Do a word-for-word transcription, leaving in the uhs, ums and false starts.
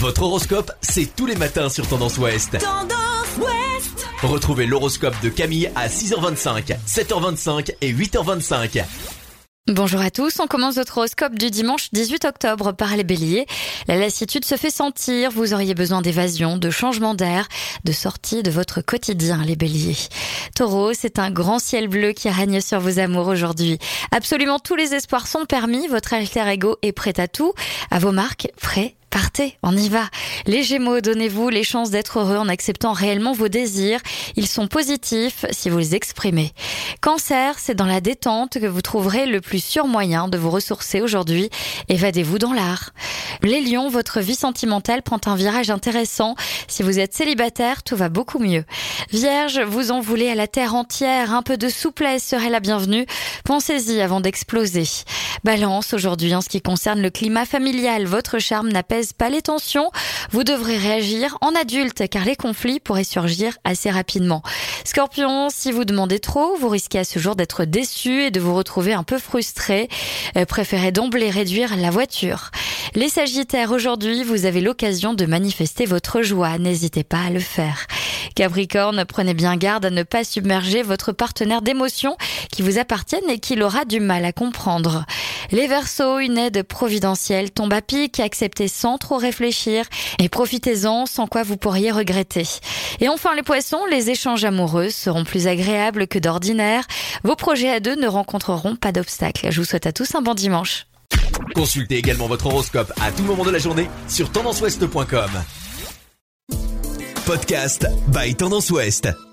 Votre horoscope, c'est tous les matins sur Tendance Ouest. Tendance Ouest. Retrouvez l'horoscope de Camille à six heures vingt-cinq, sept heures vingt-cinq et huit heures vingt-cinq. Bonjour à tous, on commence votre horoscope du dimanche dix-huit octobre par les béliers. La lassitude se fait sentir, vous auriez besoin d'évasion, de changement d'air, de sortie de votre quotidien les béliers. Taureau, c'est un grand ciel bleu qui règne sur vos amours aujourd'hui. Absolument tous les espoirs sont permis, votre alter ego est prêt à tout. À vos marques, prêt. Partez, on y va. Les Gémeaux, donnez-vous les chances d'être heureux en acceptant réellement vos désirs. Ils sont positifs si vous les exprimez. Cancer, c'est dans la détente que vous trouverez le plus sûr moyen de vous ressourcer aujourd'hui. Évadez-vous dans l'art. Les Lions, votre vie sentimentale prend un virage intéressant. Si vous êtes célibataire, tout va beaucoup mieux. Vierge, vous en voulez à la terre entière. Un peu de souplesse serait la bienvenue. Pensez-y avant d'exploser. Balance, aujourd'hui, en ce qui concerne le climat familial, votre charme n'apaise pas les tensions. Vous devrez réagir en adulte car les conflits pourraient surgir assez rapidement. Scorpion, si vous demandez trop, vous risquez à ce jour d'être déçu et de vous retrouver un peu frustré. Euh, préférez d'emblée réduire la voiture. Les Sagittaires, aujourd'hui, vous avez l'occasion de manifester votre joie. N'hésitez pas à le faire. Capricorne, prenez bien garde à ne pas submerger votre partenaire d'émotions qui vous appartiennent et qu'il aura du mal à comprendre. Les Verseaux, une aide providentielle tombe à pic, acceptez sans trop réfléchir et profitez-en sans quoi vous pourriez regretter. Et enfin les Poissons, les échanges amoureux seront plus agréables que d'ordinaire. Vos projets à deux ne rencontreront pas d'obstacles. Je vous souhaite à tous un bon dimanche. Consultez également votre horoscope à tout moment de la journée sur tendance ouest point com. Podcast by Tendance Ouest.